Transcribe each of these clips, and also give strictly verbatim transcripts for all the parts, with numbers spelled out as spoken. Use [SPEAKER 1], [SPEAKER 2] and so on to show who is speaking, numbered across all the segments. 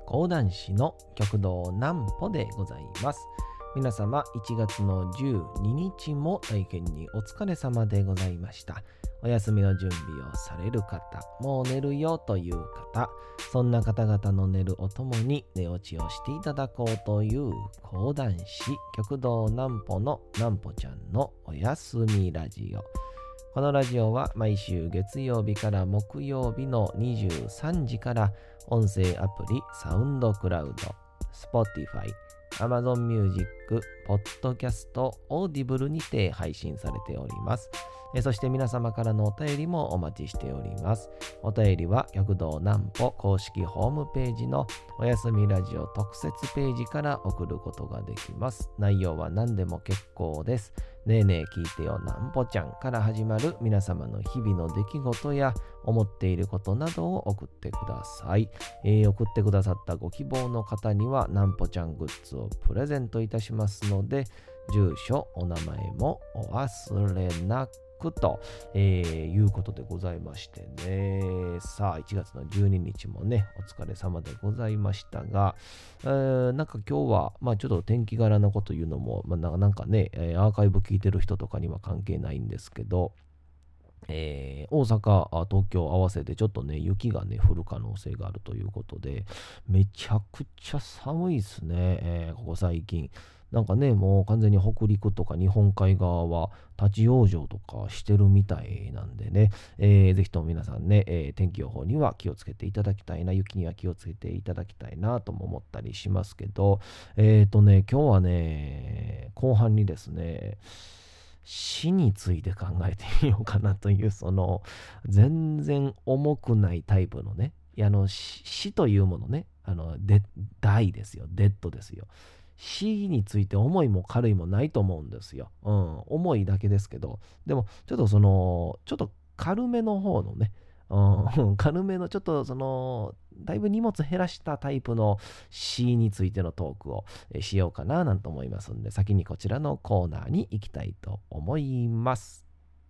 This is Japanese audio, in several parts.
[SPEAKER 1] 講談師の極道南歩でございます。皆様いちがつのじゅうににちも大変にお疲れ様でございました。お休みの準備をされる方、もう寝るよという方、そんな方々の寝るおともに寝落ちをしていただこうという講談師極道南歩の南歩ちゃんのおやすみラジオ。このラジオは毎週月曜日から木曜日のにじゅうさんじから音声アプリサウンドクラウド、Spotify、Amazon Music、Podcast、Audible にて配信されております。えそして皆様からのお便りもお待ちしております。お便りは極道南歩公式ホームページのおやすみラジオ特設ページから送ることができます。内容は何でも結構です。ねえねえ聞いてよ南歩ちゃんから始まる皆様の日々の出来事や思っていることなどを送ってください。えー、送ってくださったご希望の方には南歩ちゃんグッズをプレゼントいたしますので、住所お名前もお忘れなくと、えー、いうことでございましてね。さあいちがつのじゅうににちもねお疲れ様でございましたが、えー、なんか今日はまあちょっと天気柄なこと言うのも、まあ、なんかねアーカイブ聞いてる人とかには関係ないんですけど、えー、大阪、東京合わせてちょっとね雪がね降る可能性があるということで、めちゃくちゃ寒いですね、えー、ここ最近。なんかねもう完全に北陸とか日本海側は立ち往生とかしてるみたいなんでね、えー、ぜひとも皆さんね、えー、天気予報には気をつけていただきたいな、雪には気をつけていただきたいなとも思ったりしますけど、えっとね今日はね後半にですね死について考えてみようかなという、その全然重くないタイプのね、いやあの死というものね、あのデダイですよ、デッドですよ。死について重いも軽いもないと思うんですよ。うん、重いだけですけど、でもちょっとそのちょっと軽めの方のね、うん、軽めのちょっとそのだいぶ荷物減らしたタイプの死についてのトークをしようかななんて思いますんで、先にこちらのコーナーに行きたいと思います。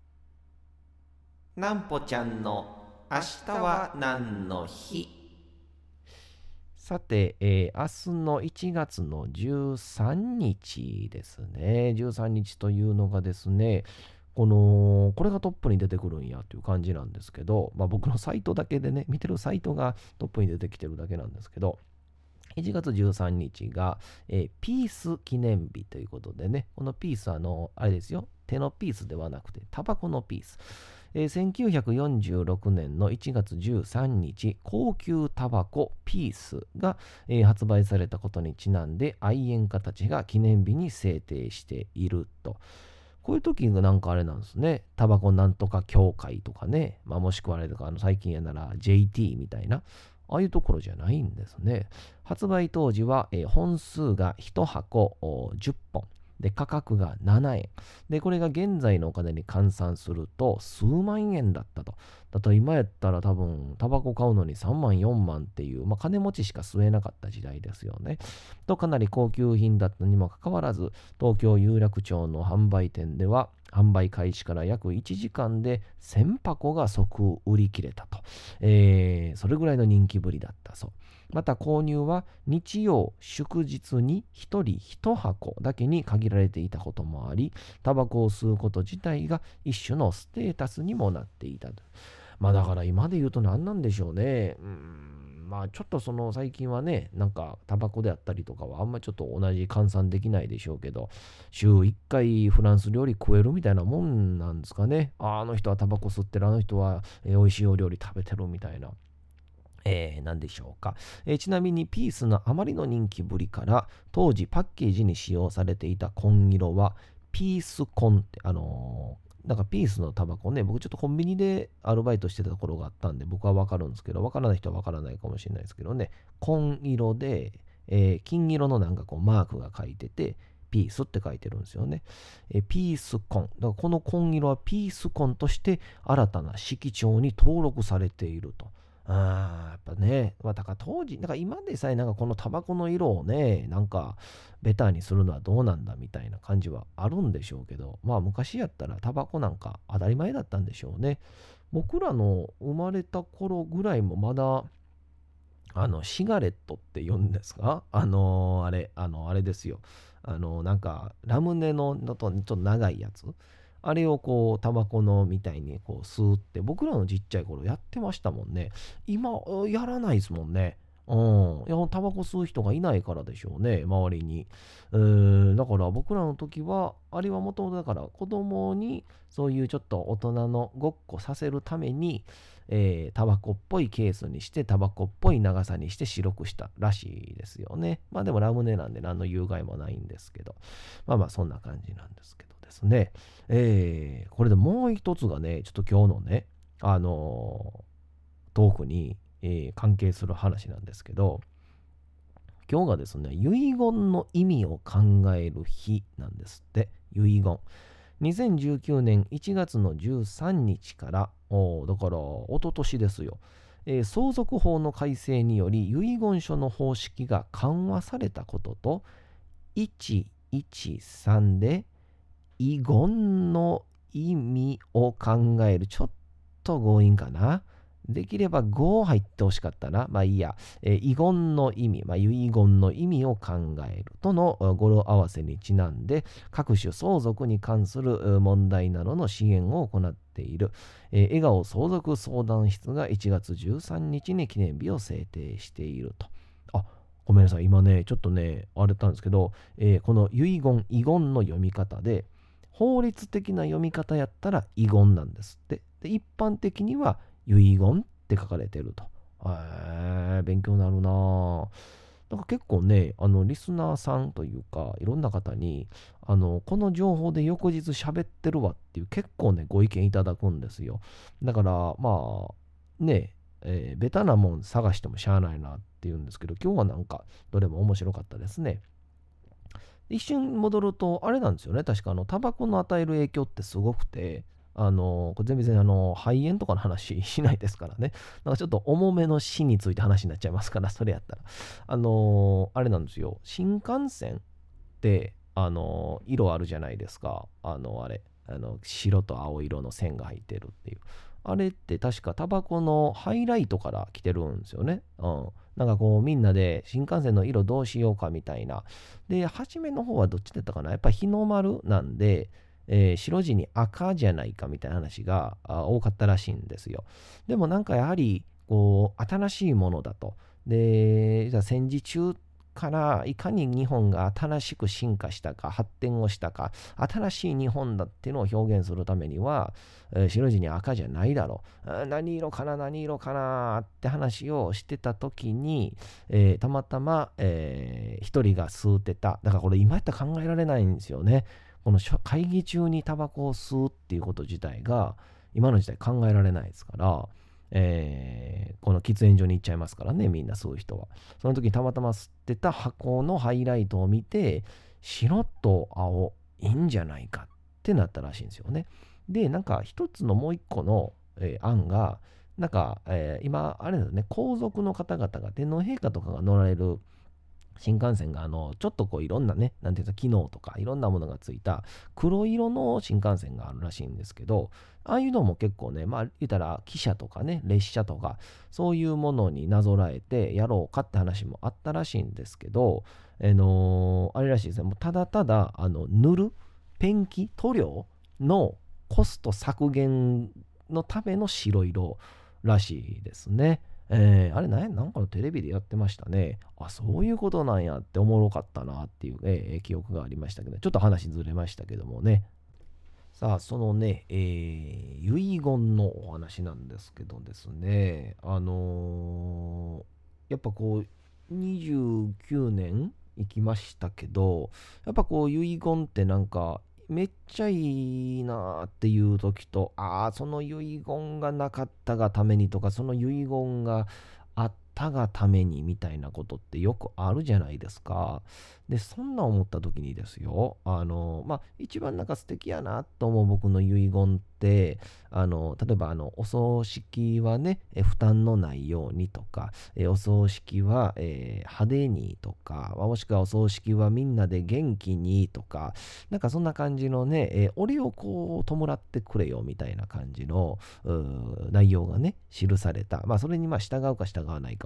[SPEAKER 1] なんぽちゃんの明日は何の日。さて、えー、明日のいちがつのじゅうさんにちですね。じゅうさんにちというのがですね、このこれがトップに出てくるんやという感じなんですけど、まあ、僕のサイトだけでね、見てるサイトがトップに出てきてるだけなんですけど、いちがつじゅうさんにちが、えー、ピース記念日ということでね、このピースはあの、あれですよ、手のピースではなくて、タバコのピース。えー、せんきゅうひゃくよんじゅうろくねんのいちがつじゅうさんにち、高級タバコピースが、えー、発売されたことにちなんで、愛煙家たちが記念日に制定していると。こういう時がなんかあれなんですね。タバコなんとか協会とかね、まあ、もしくはあれとか、あの最近やなら ジェイティー みたいな、ああいうところじゃないんですね。発売当時は、えー、本数がいちはこじゅっぽん。で、価格がななえん。で、これが現在のお金に換算すると数万円だったと。だと今やったら多分、タバコ買うのにさんまんよんまんっていう、まあ、金持ちしか吸えなかった時代ですよね。と、かなり高級品だったにもかかわらず、東京有楽町の販売店では、販売開始から約いちじかんでせんぱこが即売り切れたと、えー、それぐらいの人気ぶりだったそう。また購入は日曜祝日にひとりいちはこだけに限られていたこともあり、タバコを吸うこと自体が一種のステータスにもなっていたと。まあだから今で言うと何なんでしょうね。うーんまあちょっとその最近はね、なんかタバコであったりとかはあんまちょっと同じ換算できないでしょうけど、週いっかいフランス料理食えるみたいなもんなんですかね。あ, あの人はタバコ吸ってる、あの人は、えー、美味しいお料理食べてるみたいな。えー、何でしょうか、えー、ちなみにピースのあまりの人気ぶりから当時パッケージに使用されていた紺色はピース紺ってあのー、なんかピースのタバコね、僕ちょっとコンビニでアルバイトしてたところがあったんで僕はわかるんですけど、わからない人はわからないかもしれないですけどね、紺色で、えー、金色のなんかこうマークが書いててピースって書いてるんですよね。えピース紺。だからこの紺色はピース紺として新たな色調に登録されていると。ああ、やっぱね、まあ、だから当時、だから今でさえなんかこのタバコの色をね、なんかベターにするのはどうなんだみたいな感じはあるんでしょうけど、まあ昔やったらタバコなんか当たり前だったんでしょうね。僕らの生まれた頃ぐらいもまだあの、シガレットって言うんですか？あのーあれ、あの、あれですよ。あの、なんか、ラムネの、のと、ちょっと長いやつ。あれをこう、タバコのみたいにこう、吸って、僕らのちっちゃい頃やってましたもんね。今、やらないですもんね。うん。いや、タバコ吸う人がいないからでしょうね、周りに。うーん、だから僕らの時は、あれはもともとだから子供にそういうちょっと大人のごっこさせるために、えータバコっぽいケースにして、タバコっぽい長さにして白くしたらしいですよね。まあでもラムネなんで何の有害もないんですけど、まあまあそんな感じなんですけどですね。えーこれでもう一つがね、ちょっと今日のね、あのートークに、えー関係する話なんですけど、今日がですね、遺言の意味を考える日なんですって。遺言。にせんじゅうきゅうねんいちがつのじゅうさんにちから、おだから一昨年ですよ、えー相続法の改正により遺言書の方式が緩和されたことと、いちいちさんで遺言の意味を考える。ちょっと強引かな。できればご入ってほしかったな。まあいいや。えー遺言の意味、まあ、遺言の意味を考えるとの語呂合わせにちなんで、各種相続に関する問題などの支援を行っている、えー笑顔相続相談室がいちがつじゅうさんにちに記念日を制定していると。あ、ごめんなさい。今ね、ちょっとね、あれたんですけど、えーこの遺言、遺言の読み方で、法律的な読み方やったら遺言なんですって。で、一般的には遺言って書かれてると。へえ、勉強になるなぁ。だから結構ね、あの、リスナーさんというか、いろんな方に、あの、この情報で翌日喋ってるわっていう結構ね、ご意見いただくんですよ。だから、まあ、ね、えーベタなもん探してもしゃあないなっていうんですけど、今日はなんか、どれも面白かったですね。一瞬戻ると、あれなんですよね。確かあの、タバコの与える影響ってすごくて、あの、これ全然あの、肺炎とかの話しないですからね。なんかちょっと重めの死について話になっちゃいますから、それやったら。あの、あれなんですよ。新幹線って、あの、色あるじゃないですか。あの、あれ。あの、白と青色の線が入ってるっていう。あれって確かタバコのハイライトから来てるんですよね。うん。なんかこうみんなで新幹線の色どうしようかみたいな。で、初めの方はどっちだったかな。やっぱ日の丸なんで、えー白地に赤じゃないかみたいな話があ多かったらしいんですよ。でもなんかやはりこう新しいものだと。で、じゃあ戦時中からいかに日本が新しく進化したか発展をしたか新しい日本だっていうのを表現するためには、えー白地に赤じゃないだろう。あー何色かな何色かなって話をしてた時に、えーたまたま、えー一人が吸うてた。だからこれ今やったら考えられないんですよね。この会議中にタバコを吸うっていうこと自体が今の時代考えられないですから、えーこの喫煙所に行っちゃいますからね、みんな吸う人は。その時にたまたま吸ってた箱のハイライトを見て、白と青いいんじゃないかってなったらしいんですよね。で、なんか一つのもう一個の、えー案が、なんか、えー今、あれですね、皇族の方々が天皇陛下とかが乗られる新幹線が、あの、ちょっとこういろんなね、なんていうか、機能とかいろんなものがついた黒色の新幹線があるらしいんですけど、ああいうのも結構ね、まあ言ったら、汽車とかね、列車とか、そういうものになぞらえてやろうかって話もあったらしいんですけど、あのーあれらしいですね、もうただただ、あの、塗る、ペンキ、塗料のコスト削減のための白色らしいですね。えーあれなんなんかのテレビでやってましたね。あ、そういうことなんやっておもろかったなっていう、えー記憶がありましたけど、ちょっと話ずれましたけどもね。さあ、そのね、えー遺言のお話なんですけどですね、あのーやっぱこう、にじゅうきゅうねん生きましたけど、やっぱこう、遺言ってなんか、めっちゃいいなっていう時と、ああ、その遺言がなかったがためにとか、その遺言があったがためにみたいなことってよくあるじゃないですか。で、そんな思った時にですよ、あの、まあ、一番なんか素敵やなと思う僕の遺言って、あの、例えばあの、お葬式はね、え負担のないようにとか、えお葬式は、えー派手にとか、まあもしくはお葬式はみんなで元気にとか、なんかそんな感じのね、えー俺をこう、弔ってくれよみたいな感じのうー内容がね、記された。まあ、それにまあ従うか従わないか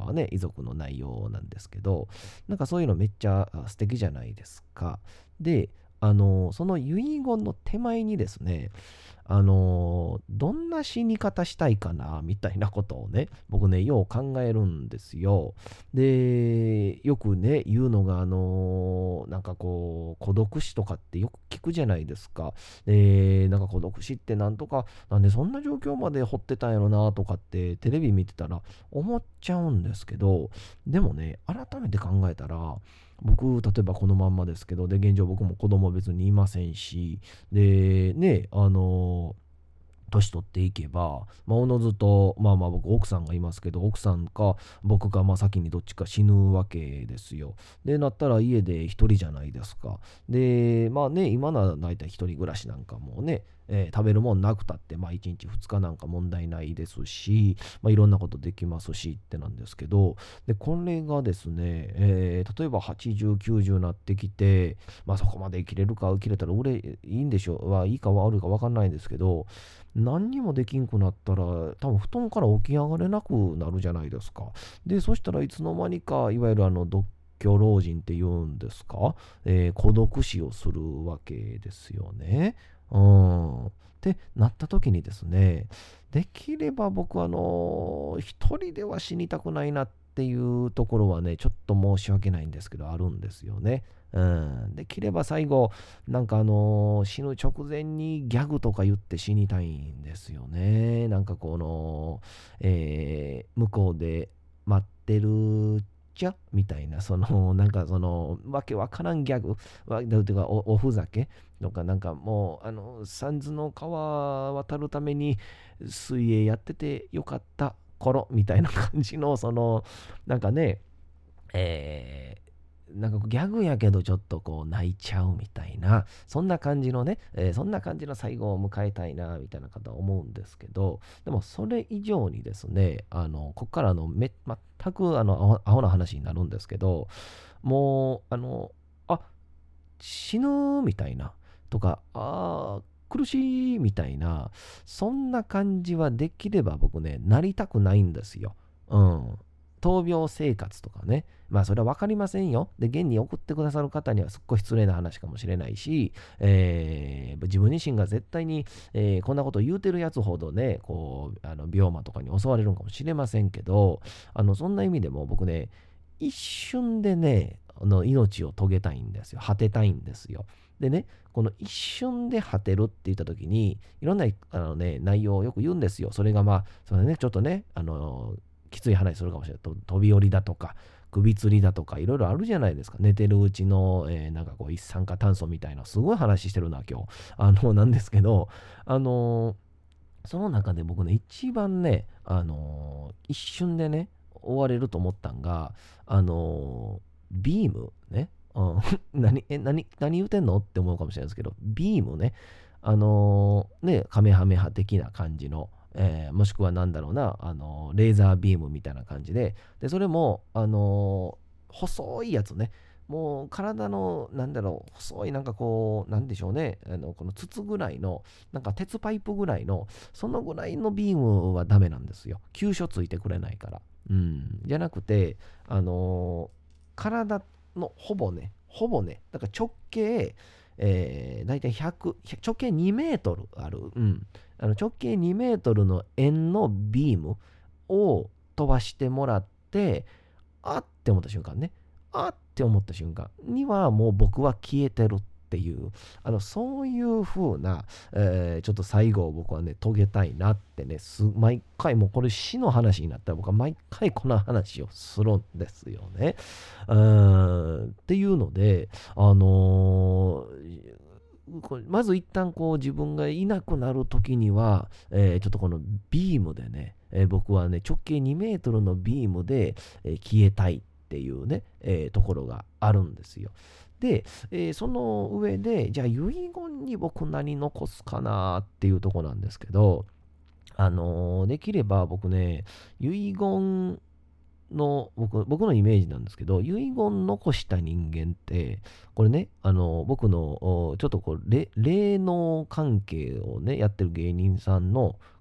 [SPEAKER 1] かはね、遺族の内容なんですけど、なんかそういうのめっちゃ素敵じゃないですか。で、あの、その遺言の手前にですね、あのどんな死に方したいかなみたいなことをね、僕ね、よう考えるんですよ。で、よくね、言うのが、あのなんかこう、孤独死とかってよく聞くじゃないですか。で、なんか孤独死ってなんとか、なんでそんな状況まで掘ってたんやろなとかってテレビ見てたら思っちゃうんですけど、でもね、改めて考えたら、僕、例えばこのまんまですけど、で、現状僕も子供別にいませんし、で、ね、あの年取っていけば、まあ、おのずと、まあまあ僕奥さんがいますけど、奥さんか僕かまあ先にどっちか死ぬわけですよ。で、なったら家で一人じゃないですか。で、まあね、今なら大体一人暮らしなんかもね、えー食べるもんなくたって、まあいちにちふつかなんか問題ないですし、まあいろんなことできますしってなんですけど、で、これがですね、えー例えばはちじゅう、きゅうじゅうなってきて、まあそこまで生きれるか生きれたら売れいいんでしょう、はいいか悪いか分かんないんですけど、何にもできんくなったら多分布団から起き上がれなくなるじゃないですか。で、そしたらいつの間にかいわゆるあの独居老人っていうんですか、えー孤独死をするわけですよね。うん。ってなった時にですね、できれば僕はあの一人では死にたくないなっていうところはね、ちょっと申し訳ないんですけど、あるんですよね。うん、できれば最後、なんかあのー死ぬ直前にギャグとか言って死にたいんですよね。なんかこの、えー向こうで待ってるっちゃみたいな、その、なんかその、わけわからんギャグ、わていうかお、おふざけとか、なんかもう、あの、三途の川渡るために水泳やっててよかった頃みたいな感じの、その、なんかね、えーなんかギャグやけどちょっとこう泣いちゃうみたいな、そんな感じのね、えーそんな感じの最後を迎えたいなみたいな方は思うんですけど、でもそれ以上にですね、あのここからあのめ全くあのアホアホな話になるんですけど、もうあのあ死ぬみたいなとか、あー苦しいみたいな、そんな感じはできれば僕ね、なりたくないんですよ。うん。闘病生活とかね。まあそれは分かりませんよ。で、現に送ってくださる方にはすっごい失礼な話かもしれないし、えー自分自身が絶対に、えーこんなこと言うてるやつほどね、こう、あの病魔とかに襲われるんかもしれませんけど、あの、そんな意味でも僕ね、一瞬でね、あの命を遂げたいんですよ。果てたいんですよ。でね、この一瞬で果てるって言った時に、いろんなあの、ね、内容をよく言うんですよ。それがまあ、それね、ちょっとね、あの、きつい話するかもしれない。と飛び降りだとか、首吊りだとか、いろいろあるじゃないですか。寝てるうちの、えーなんかこう、一酸化炭素みたいな、すごい話してるな、今日。あの、なんですけど、あのその中で僕ね、一番ね、あのー一瞬でね、終われると思ったんが、あのービームね、うん、何、え、何、何言うてんのって思うかもしれないですけど、ビームね、あのーね、カメハメハ的な感じの、えーもしくはなんだろうな、あのーレーザービームみたいな感じで、で、それも、あのー細いやつね、もう体の、なんだろう、細い、なんかこう、なんでしょうね、あの、この筒ぐらいの、なんか鉄パイプぐらいの、そのぐらいのビームはダメなんですよ。急所ついてくれないから。うん。じゃなくて、あのー体のほぼね、ほぼね、だから直径、えー、大体ひゃく、直径にメートルある、うん。あの直径にメートルの円のビームを飛ばしてもらって、あって思った瞬間ね、あって思った瞬間にはもう僕は消えてるっていう、あのそういう風な、えーちょっと最後を僕はね遂げたいなってね、す毎回もうこれ死の話になったら僕は毎回この話をするんですよね。うーんっていうので、あのーこれまず一旦こう自分がいなくなる時には、えーちょっとこのビームでね、えー僕はね直径にメートルのビームで、えー消えたいっていうね、えーところがあるんですよ。で、えーその上で、じゃあ遺言に僕何残すかなっていうところなんですけど、あのーできれば僕ね、遺言の僕、僕のイメージなんですけど、遺言残した人間って、これね、あの、僕の、おちょっとこう、れ霊能関係をね、やってる芸人さんの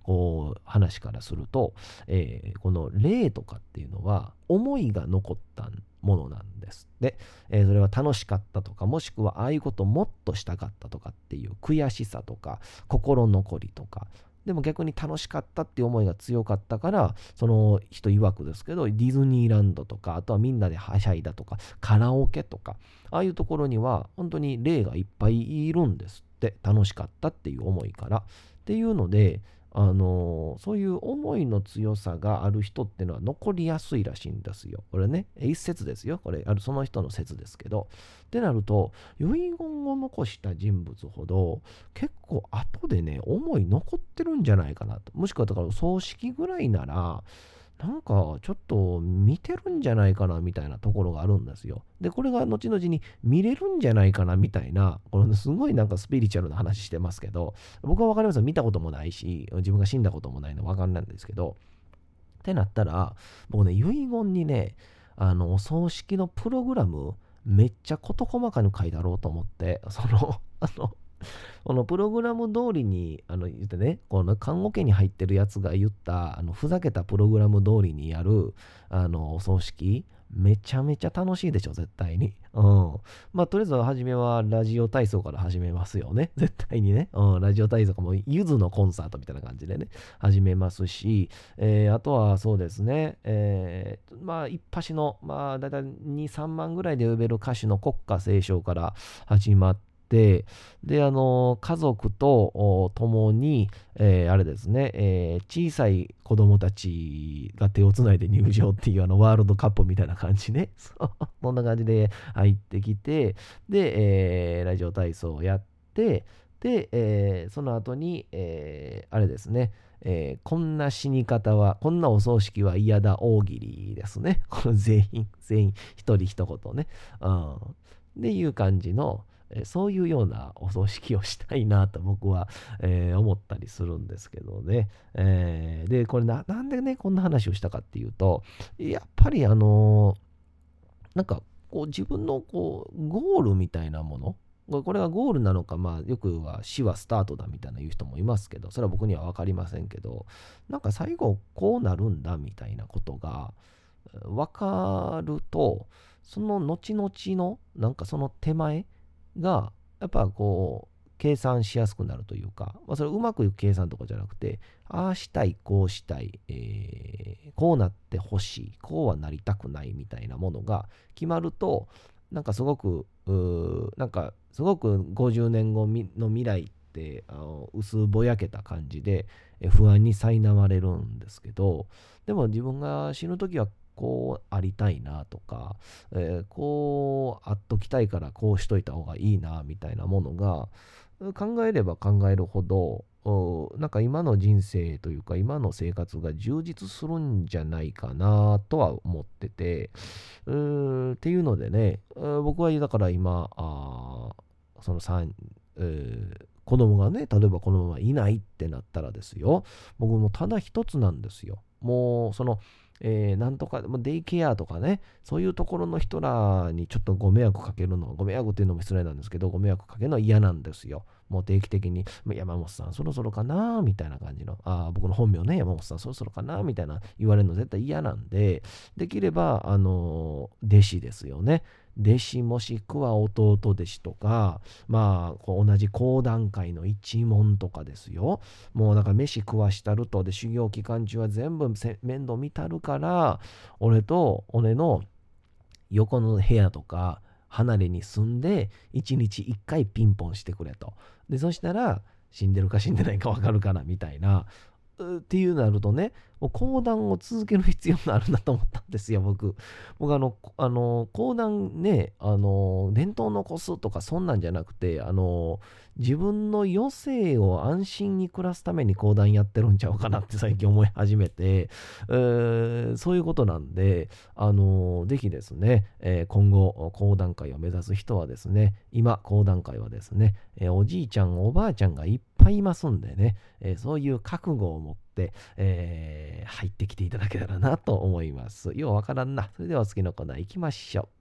[SPEAKER 1] こう話からすると、えーこの霊とかっていうのは思いが残ったものなんですで、えーそれは楽しかったとか、もしくはああいうこともっとしたかったとかっていう悔しさとか心残りとか、でも逆に楽しかったっていう思いが強かったから、その人曰くですけど、ディズニーランドとか、あとはみんなではしゃいだとか、カラオケとか、ああいうところには本当に霊がいっぱいいるんですって。楽しかったっていう思いから。っていうので、あのそういう思いの強さがある人っていうのは残りやすいらしいんですよ。これね、一説ですよ。これ、あるその人の説ですけど。ってなると、遺言を残した人物ほど、結構後でね、思い残ってるんじゃないかなと。もしくはだから、葬式ぐらいなら、なんかちょっと見てるんじゃないかなみたいなところがあるんですよ。で、これが後々に見れるんじゃないかなみたいな、このすごいなんかスピリチュアルな話してますけど、僕はわかりますよ。見たこともないし、自分が死んだこともないのわかんないんですけど、ってなったら、僕ね、遺言にね、あの、お葬式のプログラム、めっちゃ事細かに書いてあろうと思って、その、あの、このプログラム通りに、あの、言ってね、この看護家に入ってるやつが言った、あの、ふざけたプログラム通りにやる、あの、お葬式、めちゃめちゃ楽しいでしょ、絶対に。うん。まあ、とりあえず、初めはラジオ体操から始めますよね。絶対にね。うん。ラジオ体操かも、ゆずのコンサートみたいな感じでね、始めますし、えーあとはそうですね、えーまあ、一発の、まあ、だいたいに、さんまんぐらいで呼べる歌手の国歌斉唱から始まって、で、あの、家族とお共に、えーあれですね、えー小さい子供たちが手をつないで入場っていうあのワールドカップみたいな感じね。そうこんな感じで入ってきて、で、えーラジオ体操をやって、で、えーその後に、えーあれですね、えーこんな死に方は、こんなお葬式は嫌だ大喜利ですね。この全員、全員、一人一言ね。うん。っていう感じの、えーそういうようなお葬式をしたいなと僕は、えー思ったりするんですけどね。えーで、これな、なんでね、こんな話をしたかっていうと、やっぱりあのーなんか、こう自分のこうゴールみたいなもの、これこれがゴールなのか、まあ、よくは死はスタートだみたいな言う人もいますけど、それは僕には分かりませんけど、なんか最後こうなるんだみたいなことが分かると、その後々の、なんかその手前が、やっぱこう、計算しやすくなるというか、まあ、それうまくいく計算とかじゃなくて、ああしたい、こうしたい、えーこうなってほしい、こうはなりたくないみたいなものが決まると、なんかすごく、うーなんかすごくごじゅうねんごみの未来ってあの薄ぼやけた感じでえ不安に苛まれるんですけど、でも自分が死ぬ時はこうありたいなとか、えーこうあっときたいからこうしといた方がいいなみたいなものが考えれば考えるほど、おなんか今の人生というか今の生活が充実するんじゃないかなとは思ってて、うーっていうのでね、えー僕はだから今、あーその3、えー子供がね、例えばこのままいないってなったらですよ、僕もただ一つなんですよ。もうその、えーなんとか、もうデイケアとかね、そういうところの人らにちょっとご迷惑かけるの、ご迷惑っていうのも失礼なんですけど、ご迷惑かけるのは嫌なんですよ。もう定期的に、山本さん、そろそろかなみたいな感じの、あ僕の本名ね、山本さん、そろそろかなみたいな言われるの絶対嫌なんで、できれば、あの、弟子ですよね。弟子もしくは弟弟子とか、まあ、こう同じ講談会の一門とかですよ。もうなんか飯食わしたると、で、修行期間中は全部せ面倒見たるから、俺と俺の横の部屋とか離れに住んでいちにちいっかいピンポンしてくれと。で、そしたら死んでるか死んでないかわかるかなみたいな。うっていうなるとね、もう講談を続ける必要があるなと思ったんですよ、僕。僕あの、こあの、講談ね、あの、伝統残すとかそんなんじゃなくて、あの、自分の余生を安心に暮らすために講談やってるんちゃうかなって最近思い始めて、えーそういうことなんで、あの、ぜひですね、えー今後、講談会を目指す人はですね、今、講談会はですね、えーおじいちゃん、おばあちゃんがいっぱいいますんでね、えーそういう覚悟を持って、えー入ってきていただけたらなと思います。ようわからんな。それでは次のコーナー行きましょ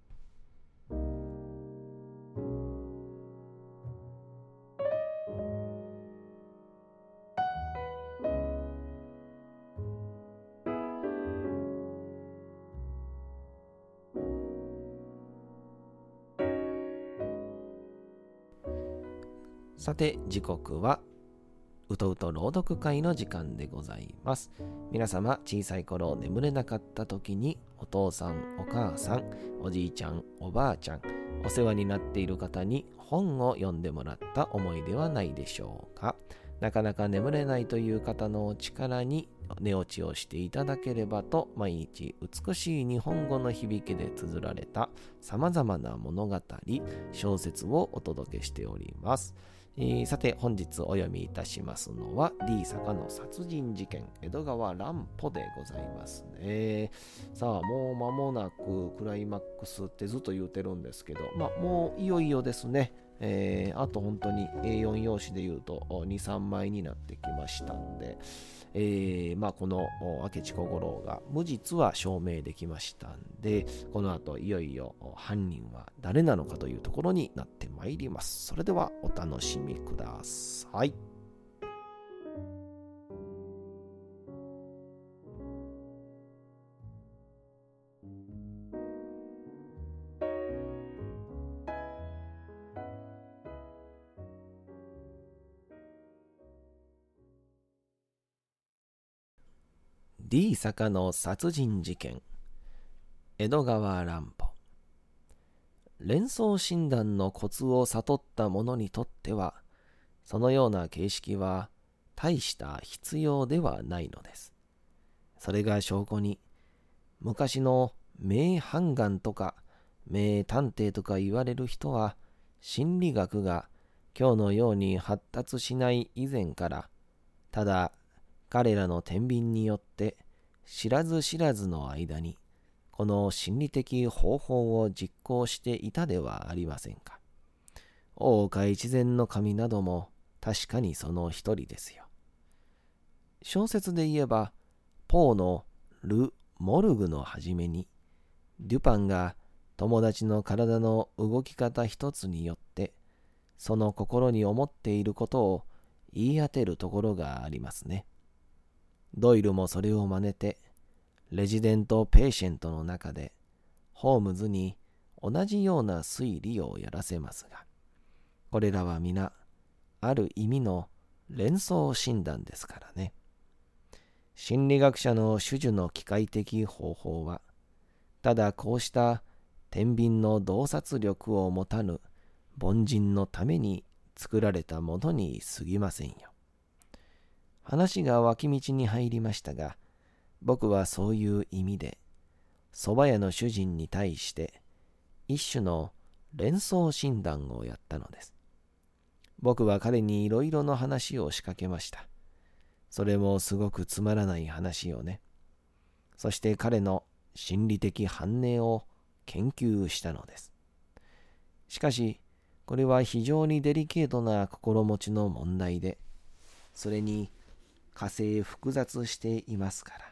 [SPEAKER 1] さて時刻はうとうと朗読会の時間でございます。皆様小さい頃眠れなかった時にお父さんお母さんおじいちゃんおばあちゃんお世話になっている方に本を読んでもらった思いではないでしょうか。なかなか眠れないという方の力に寝落ちをしていただければと、毎日美しい日本語の響きで綴られたさまざまな物語小説をお届けしております。えー、さて本日お読みいたしますのは D 坂の殺人事件江戸川乱歩でございますね。さあもう間もなくクライマックスってずっと言うてるんですけど、まあもういよいよですね。えー、あと本当に エーよん 用紙で言うとに、さんまいになってきましたんで、えー、まあこの明智小五郎が無実は証明できましたんで、この後いよいよ犯人は誰なのかというところになってまいります。それではお楽しみください。D 坂の殺人事件江戸川乱歩。連想診断のコツを悟った者にとっては、そのような形式は大した必要ではないのです。それが証拠に、昔の名判官とか名探偵とか言われる人は、心理学が今日のように発達しない以前から、ただ彼らの天秤によって知らず知らずの間にこの心理的方法を実行していたではありませんか。大岡越前の神なども確かにその一人ですよ。小説で言えばポーのル・モルグの初めにデュパンが友達の体の動き方一つによってその心に思っていることを言い当てるところがありますね。ドイルもそれを真似て、レジデント・ペイシェントの中で、ホームズに同じような推理をやらせますが、これらは皆、ある意味の連想診断ですからね。心理学者の種々の機械的方法は、ただこうした天秤の洞察力を持たぬ凡人のために作られたものに過ぎませんよ。話が脇道に入りましたが、僕はそういう意味で、蕎麦屋の主人に対して一種の連想診断をやったのです。僕は彼にいろいろの話を仕掛けました。それもすごくつまらない話をね。そして彼の心理的反応を研究したのです。しかし、これは非常にデリケートな心持ちの問題で、それに火星複雑していますから。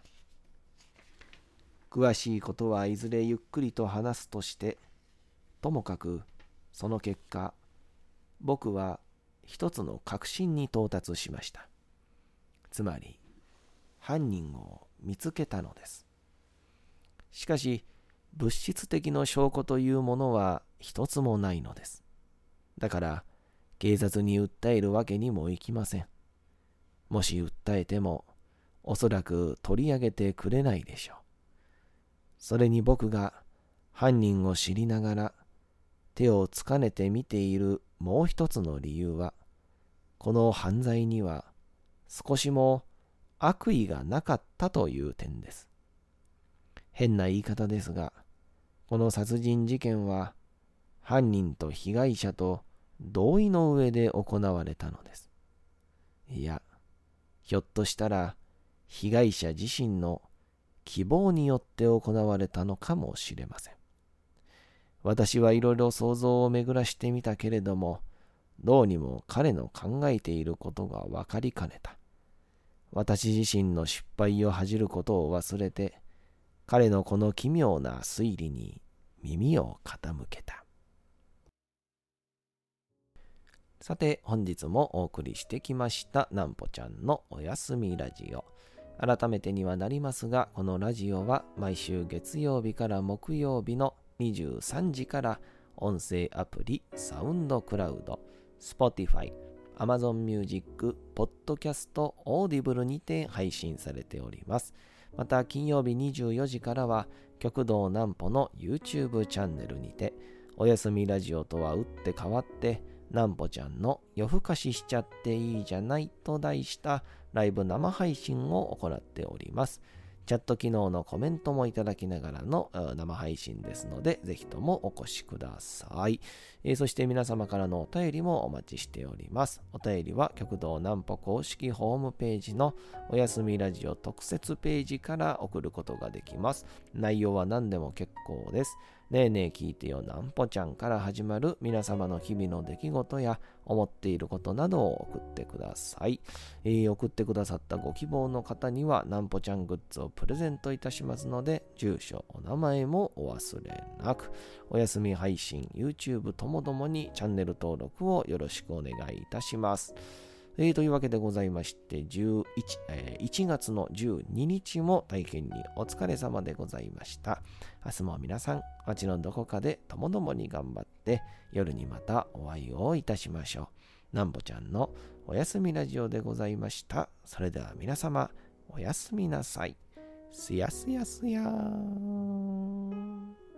[SPEAKER 1] 詳しいことはいずれゆっくりと話すとして、ともかくその結果、僕は一つの確信に到達しました。つまり、犯人を見つけたのです。しかし、物質的な証拠というものは一つもないのです。だから、警察に訴えるわけにもいきません。もし訴えても、おそらく取り上げてくれないでしょう。それに僕が犯人を知りながら手をつかねて見ているもう一つの理由は、この犯罪には少しも悪意がなかったという点です。変な言い方ですが、この殺人事件は犯人と被害者と同意の上で行われたのです。いや、ひょっとしたら被害者自身の希望によって行われたのかもしれません。私はいろいろ想像を巡らしてみたけれども、どうにも彼の考えていることが分かりかねた。私自身の失敗を恥じることを忘れて、彼のこの奇妙な推理に耳を傾けた。さて本日もお送りしてきましたなんぽちゃんのおやすみラジオ。改めてにはなりますが、このラジオは毎週月曜日から木曜日のにじゅうさんじから音声アプリサウンドクラウド、Spotify、 Amazon Music、Podcast、Audible にて配信されております。また金曜日にじゅうよじからは極道南歩の YouTube チャンネルにて、おやすみラジオとは打って変わって南歩ちゃんの夜更かししちゃっていいじゃないと題したライブ生配信を行っております。チャット機能のコメントもいただきながらの生配信ですので、ぜひともお越しください。えー、そして皆様からのお便りもお待ちしております。お便りは極道南歩公式ホームページのおやすみラジオ特設ページから送ることができます。内容は何でも結構です。ねえねえ聞いてよなんぽちゃんから始まる皆様の日々の出来事や思っていることなどを送ってください。えー、送ってくださったご希望の方にはなんぽちゃんグッズをプレゼントいたしますので、住所、お名前もお忘れなく。おやすみ配信、YouTube ともどもにチャンネル登録をよろしくお願いいたします。えー、というわけでございまして、じゅういち、えー、いちがつのじゅうににちも大変にお疲れ様でございました。明日も皆さん、街のどこかでともどもに頑張って、夜にまたお会いをいたしましょう。なんぼちゃんのおやすみラジオでございました。それでは皆様、おやすみなさい。すやすやすやーん。